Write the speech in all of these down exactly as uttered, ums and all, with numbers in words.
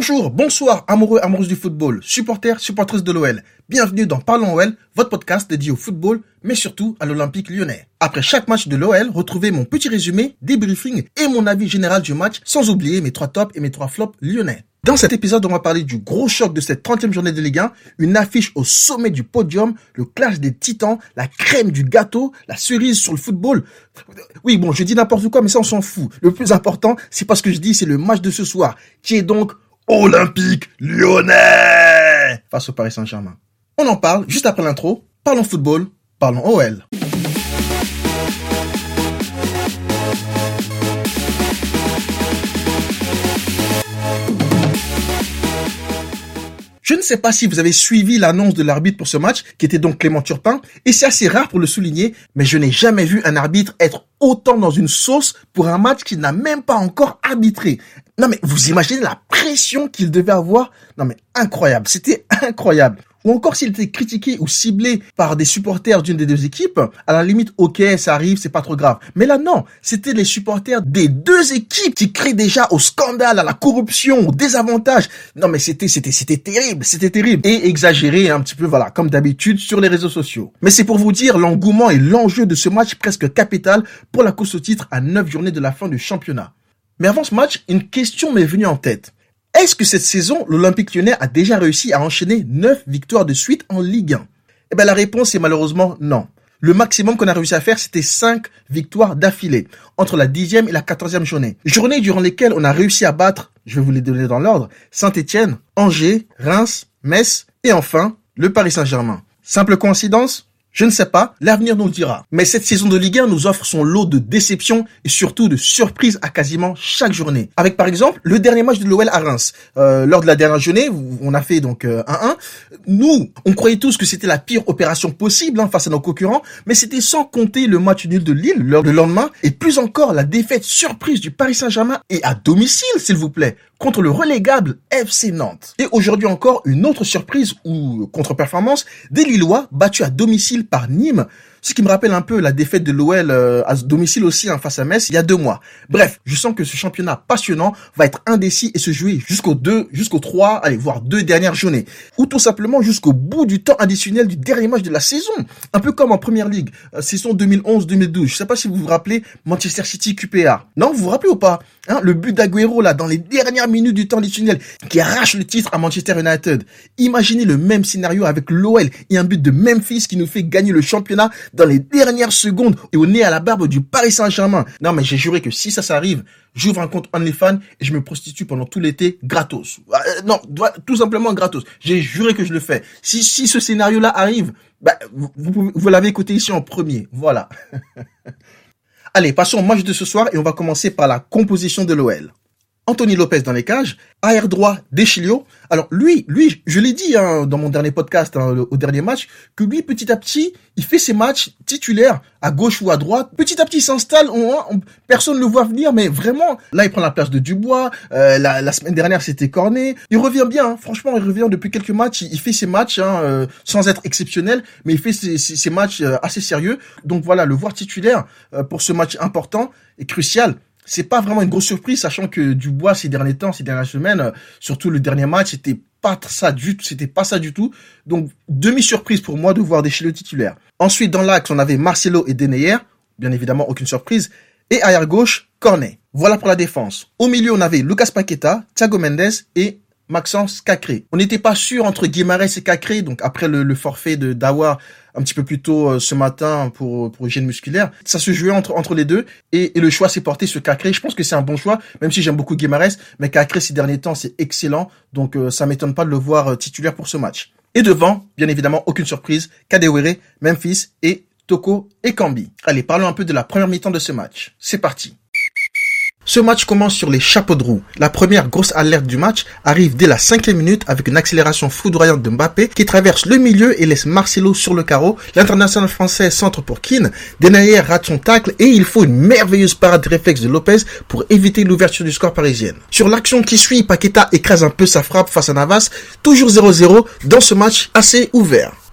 Bonjour, bonsoir, amoureux, amoureuses du football, supporters, supportrices de l'O L. Bienvenue dans Parlons O L, votre podcast dédié au football, mais surtout à l'Olympique Lyonnais. Après chaque match de l'O L, retrouvez mon petit résumé, débriefing et mon avis général du match, sans oublier mes trois tops et mes trois flops lyonnais. Dans cet épisode, on va parler du gros choc de cette trentième journée de Ligue un, une affiche au sommet du podium, le clash des titans, la crème du gâteau, la cerise sur le football. Oui, bon, je dis n'importe quoi, mais ça, on s'en fout. Le plus important, c'est pas ce que je dis, c'est le match de ce soir, qui est donc Olympique Lyonnais face au Paris Saint-Germain. On en parle juste après l'intro. Parlons football, parlons O L. Je ne sais pas si vous avez suivi l'annonce de l'arbitre pour ce match, qui était donc Clément Turpin, et c'est assez rare pour le souligner, mais je n'ai jamais vu un arbitre être autant dans une sauce pour un match qu'il n'a même pas encore arbitré. Non mais vous imaginez la pression qu'il devait avoir? Non mais incroyable, c'était incroyable. Ou encore s'il était critiqué ou ciblé par des supporters d'une des deux équipes, à la limite, ok, ça arrive, c'est pas trop grave. Mais là, non, c'était les supporters des deux équipes qui créent déjà au scandale, à la corruption, au désavantage. Non, mais c'était, c'était, c'était terrible, c'était terrible. Et exagéré un petit peu, voilà, comme d'habitude, sur les réseaux sociaux. Mais c'est pour vous dire l'engouement et l'enjeu de ce match presque capital pour la course au titre à neuf journées de la fin du championnat. Mais avant ce match, une question m'est venue en tête. Est-ce que cette saison, l'Olympique Lyonnais a déjà réussi à enchaîner neuf victoires de suite en Ligue un? Eh ben, la réponse est malheureusement non. Le maximum qu'on a réussi à faire, c'était cinq victoires d'affilée, entre la dixième et la quatorzième journée. Journées durant lesquelles on a réussi à battre, je vais vous les donner dans l'ordre, Saint-Étienne, Angers, Reims, Metz et enfin, le Paris Saint-Germain. Simple coïncidence? Je ne sais pas, l'avenir nous le dira. Mais cette saison de Ligue un nous offre son lot de déceptions et surtout de surprises à quasiment chaque journée. Avec par exemple le dernier match de l'O L à Reims. Euh, lors de la dernière journée, on a fait donc euh, un un. Nous, on croyait tous que c'était la pire opération possible hein, face à nos concurrents, mais c'était sans compter le match nul de Lille lors du lendemain et plus encore la défaite surprise du Paris Saint-Germain et à domicile s'il vous plaît, contre le relégable F C Nantes. Et aujourd'hui encore, une autre surprise ou contre-performance des Lillois battus à domicile par Nîmes, ce qui me rappelle un peu la défaite de l'O L euh, à domicile aussi hein, face à Metz il y a deux mois. Bref, je sens que ce championnat passionnant va être indécis et se jouer jusqu'aux deux, jusqu'aux trois, allez, voire deux dernières journées. Ou tout simplement jusqu'au bout du temps additionnel du dernier match de la saison. Un peu comme en Première Ligue, euh, saison deux mille onze deux mille douze. Je sais pas si vous vous rappelez Manchester City Q P R. Non, vous vous rappelez ou pas hein, le but d'Agüero là, dans les dernières minutes du temps additionnel, qui arrache le titre à Manchester United. Imaginez le même scénario avec l'O L et un but de Memphis qui nous fait gagner le championnat dans les dernières secondes et au nez à la barbe du Paris Saint-Germain. Non, mais j'ai juré que si ça s'arrive, j'ouvre un compte OnlyFans et je me prostitue pendant tout l'été gratos. Euh, non, tout simplement gratos. J'ai juré que je le fais. Si, si ce scénario-là arrive, bah, vous, vous, vous l'avez écouté ici en premier. Voilà. Allez, passons au match de ce soir et on va commencer par la composition de l'O L. Anthony Lopez dans les cages, arrière droit Deschilio. Alors lui, lui, je l'ai dit hein, dans mon dernier podcast, hein, au dernier match, que lui petit à petit, il fait ses matchs titulaires à gauche ou à droite. Petit à petit, il s'installe. On, on, personne ne le voit venir, mais vraiment, là, il prend la place de Dubois. Euh, la, la semaine dernière, c'était Cornet. Il revient bien. Hein, franchement, il revient depuis quelques matchs. Il, il fait ses matchs hein, euh, sans être exceptionnel, mais il fait ses, ses, ses matchs euh, assez sérieux. Donc voilà, le voir titulaire euh, pour ce match important et crucial. C'est pas vraiment une grosse surprise, sachant que Dubois, ces derniers temps, ces dernières semaines, euh, surtout le dernier match, c'était pas ça du tout, c'était pas ça du tout. Donc, demi-surprise pour moi de voir Deschilio titulaire. Ensuite, dans l'axe, on avait Marcelo et Denayer. Bien évidemment, aucune surprise. Et arrière gauche, Cornet. Voilà pour la défense. Au milieu, on avait Lucas Paqueta, Thiago Mendes et Maxence Cacré. On n'était pas sûr entre Guimarães et Cacré, donc après le, le forfait de Dawa un petit peu plus tôt euh, ce matin pour pour hygiène musculaire, ça se jouait entre entre les deux et, et le choix s'est porté sur Cacré. Je pense que c'est un bon choix, même si j'aime beaucoup Guimarães, mais Cacré ces derniers temps c'est excellent, donc euh, ça m'étonne pas de le voir euh, titulaire pour ce match. Et devant, bien évidemment, aucune surprise, Kadewere, Memphis et Toko Ekambi. Allez, parlons un peu de la première mi-temps de ce match. C'est parti. Ce match commence sur les chapeaux de roue. La première grosse alerte du match arrive dès la cinquième minute avec une accélération foudroyante de Mbappé qui traverse le milieu et laisse Marcelo sur le carreau. L'international français centre pour Keane. Denayer rate son tacle et il faut une merveilleuse parade réflexe de Lopez pour éviter l'ouverture du score parisienne. Sur l'action qui suit, Paqueta écrase un peu sa frappe face à Navas. Toujours zéro zéro dans ce match assez ouvert.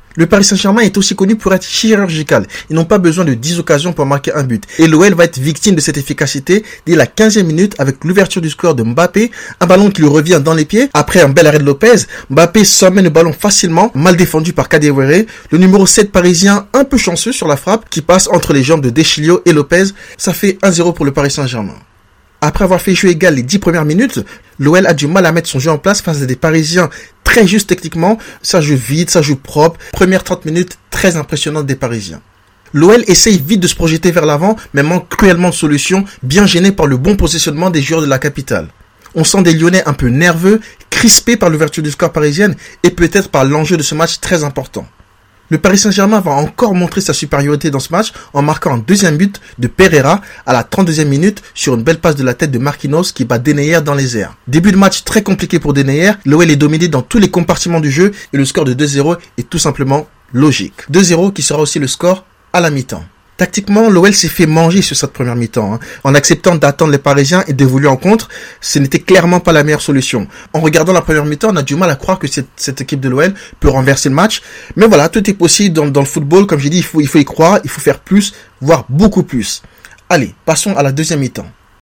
Le Paris Saint-Germain est aussi connu pour être chirurgical. Ils n'ont pas besoin de dix occasions pour marquer un but. Et l'O L va être victime de cette efficacité dès la quinzième minute avec l'ouverture du score de Mbappé, un ballon qui lui revient dans les pieds. Après un bel arrêt de Lopez, Mbappé s'emmène le ballon facilement, mal défendu par Kadewere. Le numéro sept parisien, un peu chanceux sur la frappe, qui passe entre les jambes de Deschilio et Lopez. Ça fait un zéro pour le Paris Saint-Germain. Après avoir fait jeu égal les dix premières minutes, l'O L a du mal à mettre son jeu en place face à des Parisiens très justes techniquement. Ça joue vite, ça joue propre. Première trente minutes très impressionnantes des Parisiens. L'O L essaye vite de se projeter vers l'avant, mais manque cruellement de solutions, bien gêné par le bon positionnement des joueurs de la capitale. On sent des Lyonnais un peu nerveux, crispés par l'ouverture du score parisienne et peut-être par l'enjeu de ce match très important. Le Paris Saint-Germain va encore montrer sa supériorité dans ce match en marquant un deuxième but de Pereira à la trente-deuxième minute sur une belle passe de la tête de Marquinhos qui bat Denayer dans les airs. Début de match très compliqué pour Denayer, l'O L est dominé dans tous les compartiments du jeu et le score de deux zéro est tout simplement logique. deux zéro qui sera aussi le score à la mi-temps. Tactiquement, l'O L s'est fait manger sur cette première mi-temps. Hein. En acceptant d'attendre les Parisiens et d'évoluer en contre, ce n'était clairement pas la meilleure solution. En regardant la première mi-temps, on a du mal à croire que cette, cette équipe de l'O L peut renverser le match. Mais voilà, tout est possible dans, dans le football. Comme j'ai dit, il faut, il faut y croire, il faut faire plus, voire beaucoup plus. Allez, passons à la deuxième mi-temps.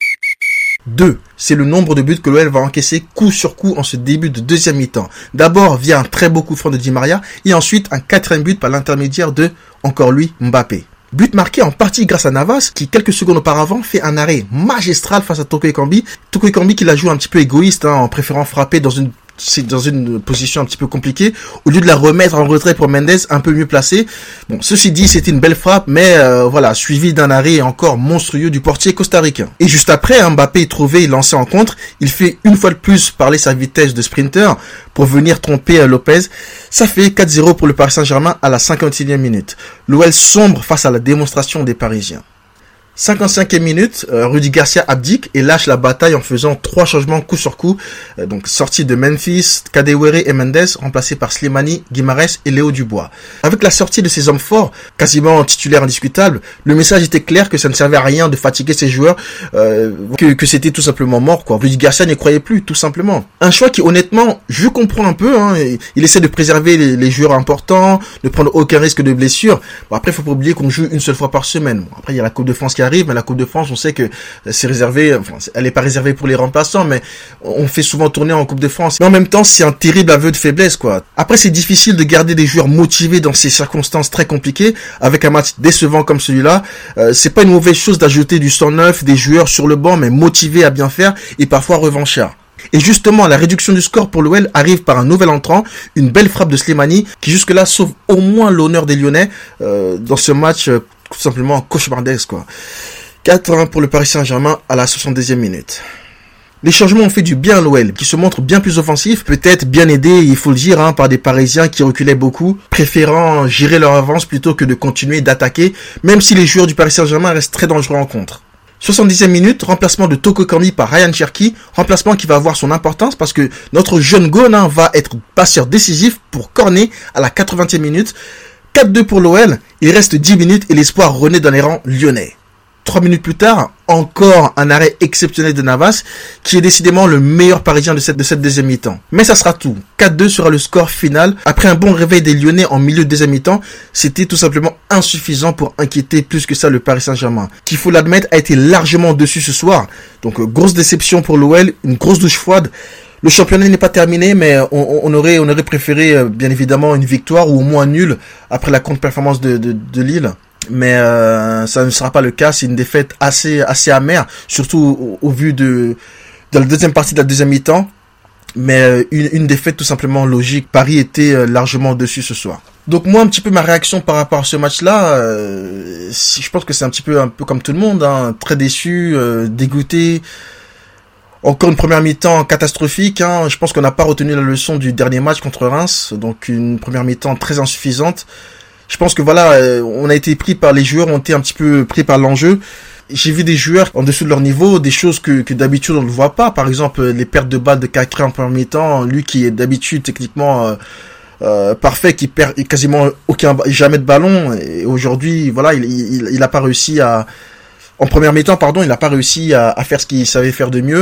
deux. C'est le nombre de buts que l'O L va encaisser coup sur coup en ce début de deuxième mi-temps. D'abord via un très beau coup franc de Di Maria et ensuite un quatrième but par l'intermédiaire de, encore lui, Mbappé. But marqué en partie grâce à Navas, qui quelques secondes auparavant fait un arrêt magistral face à Toko Ekambi. Toko Ekambi qui la joue un petit peu égoïste, hein, en préférant frapper dans une c'est dans une position un petit peu compliquée, au lieu de la remettre en retrait pour Mendes, un peu mieux placé. Bon, ceci dit, c'était une belle frappe, mais euh, voilà, suivi d'un arrêt encore monstrueux du portier costaricain. Et juste après, Mbappé est trouvé et lancé en contre. Il fait une fois de plus parler sa vitesse de sprinter pour venir tromper euh, Lopez. Ça fait quatre zéro pour le Paris Saint-Germain à la cinquante-et-unième minute. L'O L sombre face à la démonstration des Parisiens. cinquante-cinquième minute, euh, Rudy Garcia abdique et lâche la bataille en faisant trois changements coup sur coup. Euh, donc sortie de Memphis, Kadewere et Mendes, remplacés par Slimani, Guimarães et Léo Dubois. Avec la sortie de ces hommes forts, quasiment titulaires indiscutables, le message était clair que ça ne servait à rien de fatiguer ces joueurs, euh, que, que c'était tout simplement mort, quoi. Rudy Garcia n'y croyait plus, tout simplement. Un choix qui, honnêtement, je comprends un peu, hein. Il essaie de préserver les, les joueurs importants, de prendre aucun risque de blessure. Bon, après, il faut pas oublier qu'on joue une seule fois par semaine. Bon, après, il y a la Coupe de France qui arrive, mais la Coupe de France, on sait que c'est réservé, enfin, elle n'est pas réservée pour les remplaçants, mais on fait souvent tourner en Coupe de France. Mais en même temps, c'est un terrible aveu de faiblesse, quoi. Après, c'est difficile de garder des joueurs motivés dans ces circonstances très compliquées, avec un match décevant comme celui-là. Euh, c'est pas une mauvaise chose d'ajouter du sang neuf, des joueurs sur le banc, mais motivés à bien faire, et parfois revanchards. Et justement, la réduction du score pour l'O L arrive par un nouvel entrant, une belle frappe de Slimani, qui jusque-là sauve au moins l'honneur des Lyonnais, euh, dans ce match, euh, tout simplement cauchemardesque, quoi. quatre un pour le Paris Saint-Germain à la soixante-deuxième minute. Les changements ont fait du bien à l'O L, qui se montre bien plus offensif, peut-être bien aidé, il faut le dire, hein, par des Parisiens qui reculaient beaucoup, préférant gérer leur avance plutôt que de continuer d'attaquer, même si les joueurs du Paris Saint-Germain restent très dangereux en contre. soixante-dixième minute, remplacement de Toko Ekambi par Ryan Cherki, remplacement qui va avoir son importance parce que notre jeune Ghana va être passeur décisif pour Cornet à la quatre-vingtième minute. quatre deux pour l'O L, il reste dix minutes et l'espoir renaît dans les rangs lyonnais. Trois minutes plus tard, encore un arrêt exceptionnel de Navas, qui est décidément le meilleur parisien de cette, de cette deuxième mi-temps. Mais ça sera tout. quatre deux sera le score final. Après un bon réveil des Lyonnais en milieu de deuxième mi-temps, c'était tout simplement insuffisant pour inquiéter plus que ça le Paris Saint-Germain, qui, faut l'admettre, a été largement au-dessus ce soir. Donc, euh, grosse déception pour l'O L, une grosse douche froide. Le championnat n'est pas terminé, mais on, on aurait, on aurait préféré, euh, bien évidemment, une victoire ou au moins nul après la contre-performance de, de, de Lille. Mais euh, ça ne sera pas le cas. C'est une défaite assez assez amère, surtout au, au vu de de la deuxième partie de la deuxième mi-temps. Mais euh, une, une défaite tout simplement logique. Paris était euh, largement au-dessus ce soir. Donc moi, un petit peu ma réaction par rapport à ce match-là, euh, si, je pense que c'est un petit peu un peu comme tout le monde, hein, très déçu, euh, dégoûté. Encore une première mi-temps catastrophique. Hein. Je pense qu'on n'a pas retenu la leçon du dernier match contre Reims. Donc une première mi-temps très insuffisante. Je pense que voilà, euh, on a été pris par les joueurs, on a été un petit peu pris par l'enjeu. J'ai vu des joueurs en dessous de leur niveau, des choses que, que d'habitude on ne voit pas. Par exemple, les pertes de balles de Cacré en premier mi-temps, lui qui est d'habitude techniquement euh, euh, parfait, qui perd quasiment aucun jamais de ballon. Et aujourd'hui, voilà, il, il, il a pas réussi à, en première mi-temps, pardon, il n'a pas réussi à, à faire ce qu'il savait faire de mieux.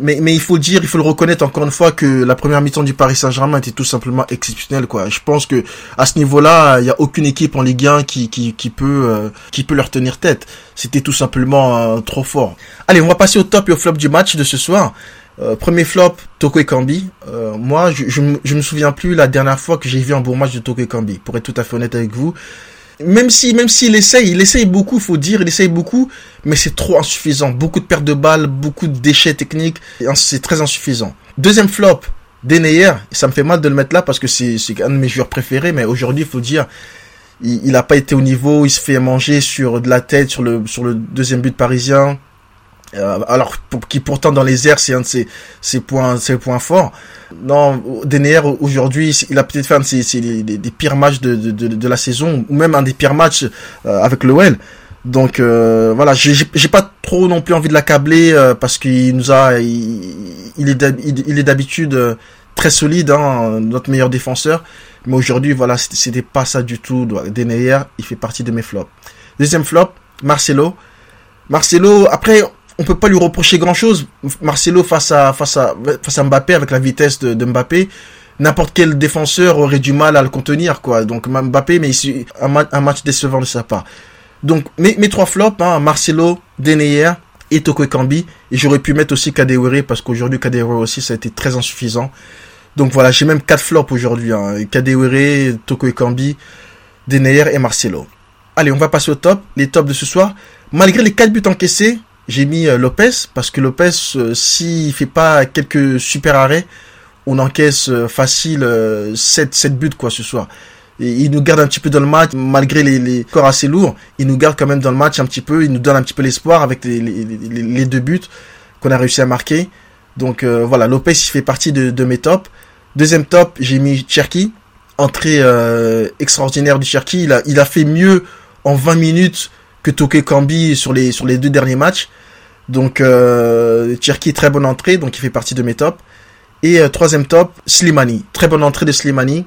Mais, mais il faut dire, il faut le reconnaître encore une fois que la première mi-temps du Paris Saint-Germain était tout simplement exceptionnelle, quoi. Je pense que à ce niveau-là, il y a aucune équipe en Ligue un qui, qui, qui peut, euh, qui peut leur tenir tête. C'était tout simplement euh, trop fort. Allez, on va passer au top et au flop du match de ce soir. Euh, premier flop, Toko Ekambi. Euh, moi, je, je, je me souviens plus la dernière fois que j'ai vu un bon match de Toko Ekambi, pour être tout à fait honnête avec vous. Même si, même s'il essaye, il essaye beaucoup, faut dire, il essaye beaucoup, mais c'est trop insuffisant. Beaucoup de pertes de balles, beaucoup de déchets techniques, c'est très insuffisant. Deuxième flop, Denayer. Ça me fait mal de le mettre là parce que c'est, c'est un de mes joueurs préférés, mais aujourd'hui, il faut dire, il, il a pas été au niveau, il se fait manger sur de la tête, sur le, sur le deuxième but parisien. Euh, alors pour, qui pourtant dans les airs c'est un de ses, ses points ses points forts. Non, Denayer aujourd'hui il a peut-être fait un de ses, ses, des, des pires matchs de, de, de, de la saison, ou même un des pires matchs euh, avec l'O L. Donc euh, voilà, j'ai, j'ai pas trop non plus envie de l'accabler euh, parce qu'il nous a il, il est il, il est d'habitude euh, très solide, hein, notre meilleur défenseur, mais aujourd'hui voilà c'était, c'était pas ça du tout. Denayer il fait partie de mes flops. Deuxième flop, Marcelo. Marcelo après on peut pas lui reprocher grand chose. Marcelo face à, face à, face à Mbappé, avec la vitesse de, de Mbappé, n'importe quel défenseur aurait du mal à le contenir, quoi. Donc, Mbappé, mais ici, un, ma- un match décevant de sa part. Donc, mes, mes trois flops, hein, Marcelo, Denayer et Toko Ekambi. Et j'aurais pu mettre aussi Kadewere, parce qu'aujourd'hui, Kadewere aussi, ça a été très insuffisant. Donc voilà, j'ai même quatre flops aujourd'hui, hein. Kadewere, Toko Ekambi, Denayer et Marcelo. Allez, on va passer au top. Les tops de ce soir. Malgré les quatre buts encaissés, j'ai mis euh, Lopez, parce que Lopez, euh, s'il fait pas quelques super arrêts, on encaisse euh, facile euh, sept, sept buts quoi ce soir. Et il nous garde un petit peu dans le match, malgré les, les scores assez lourds, il nous garde quand même dans le match un petit peu, il nous donne un petit peu l'espoir avec les, les, les, les deux buts qu'on a réussi à marquer. Donc euh, voilà, Lopez il fait partie de, de mes tops. Deuxième top, j'ai mis Cherki, entrée euh, extraordinaire du Cherki, il a, il a fait mieux en vingt minutes que Toko Ekambi sur les sur les deux derniers matchs. Donc euh, Cherki, très bonne entrée, donc il fait partie de mes tops. Et euh, troisième top, Slimani, très bonne entrée de Slimani.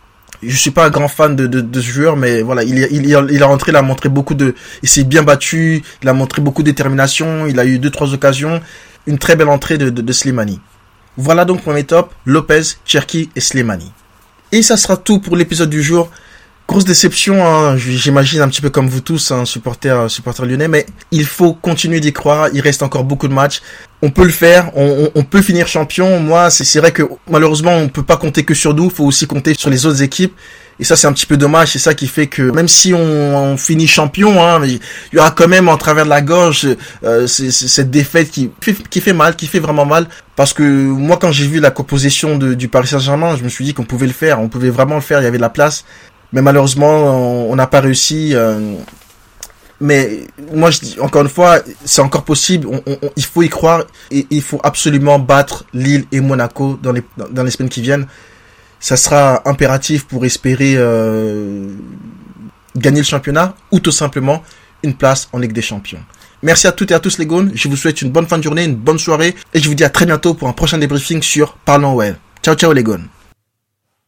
Je suis pas un grand fan de de, de ce joueur, mais voilà, il il il a, il a rentré, il a montré beaucoup de, il s'est bien battu, il a montré beaucoup de détermination, il a eu deux trois occasions, une très belle entrée de de, de Slimani. Voilà donc pour mes tops, Lopez, Cherki et Slimani. Et ça sera tout pour l'épisode du jour. Grosse déception, hein, j'imagine un petit peu comme vous tous, hein, supporters, supporters lyonnais, mais il faut continuer d'y croire, il reste encore beaucoup de matchs, on peut le faire, on, on, on peut finir champion. Moi, c'est, c'est vrai que malheureusement, on peut pas compter que sur nous, il faut aussi compter sur les autres équipes, et ça c'est un petit peu dommage, c'est ça qui fait que même si on, on finit champion, hein, il y aura quand même en travers de la gorge euh, c'est, c'est cette défaite qui fait, qui fait mal, qui fait vraiment mal, parce que moi quand j'ai vu la composition de, du Paris Saint-Germain, je me suis dit qu'on pouvait le faire, on pouvait vraiment le faire, il y avait de la place. Mais malheureusement, on n'a pas réussi. Euh, mais moi, je dis encore une fois, c'est encore possible. On, on, il faut y croire et il faut absolument battre Lille et Monaco dans les dans les semaines qui viennent. Ça sera impératif pour espérer euh, gagner le championnat ou tout simplement une place en Ligue des Champions. Merci à toutes et à tous les gones. Je vous souhaite une bonne fin de journée, une bonne soirée et je vous dis à très bientôt pour un prochain débriefing sur Parlons O L. Ciao ciao les gones.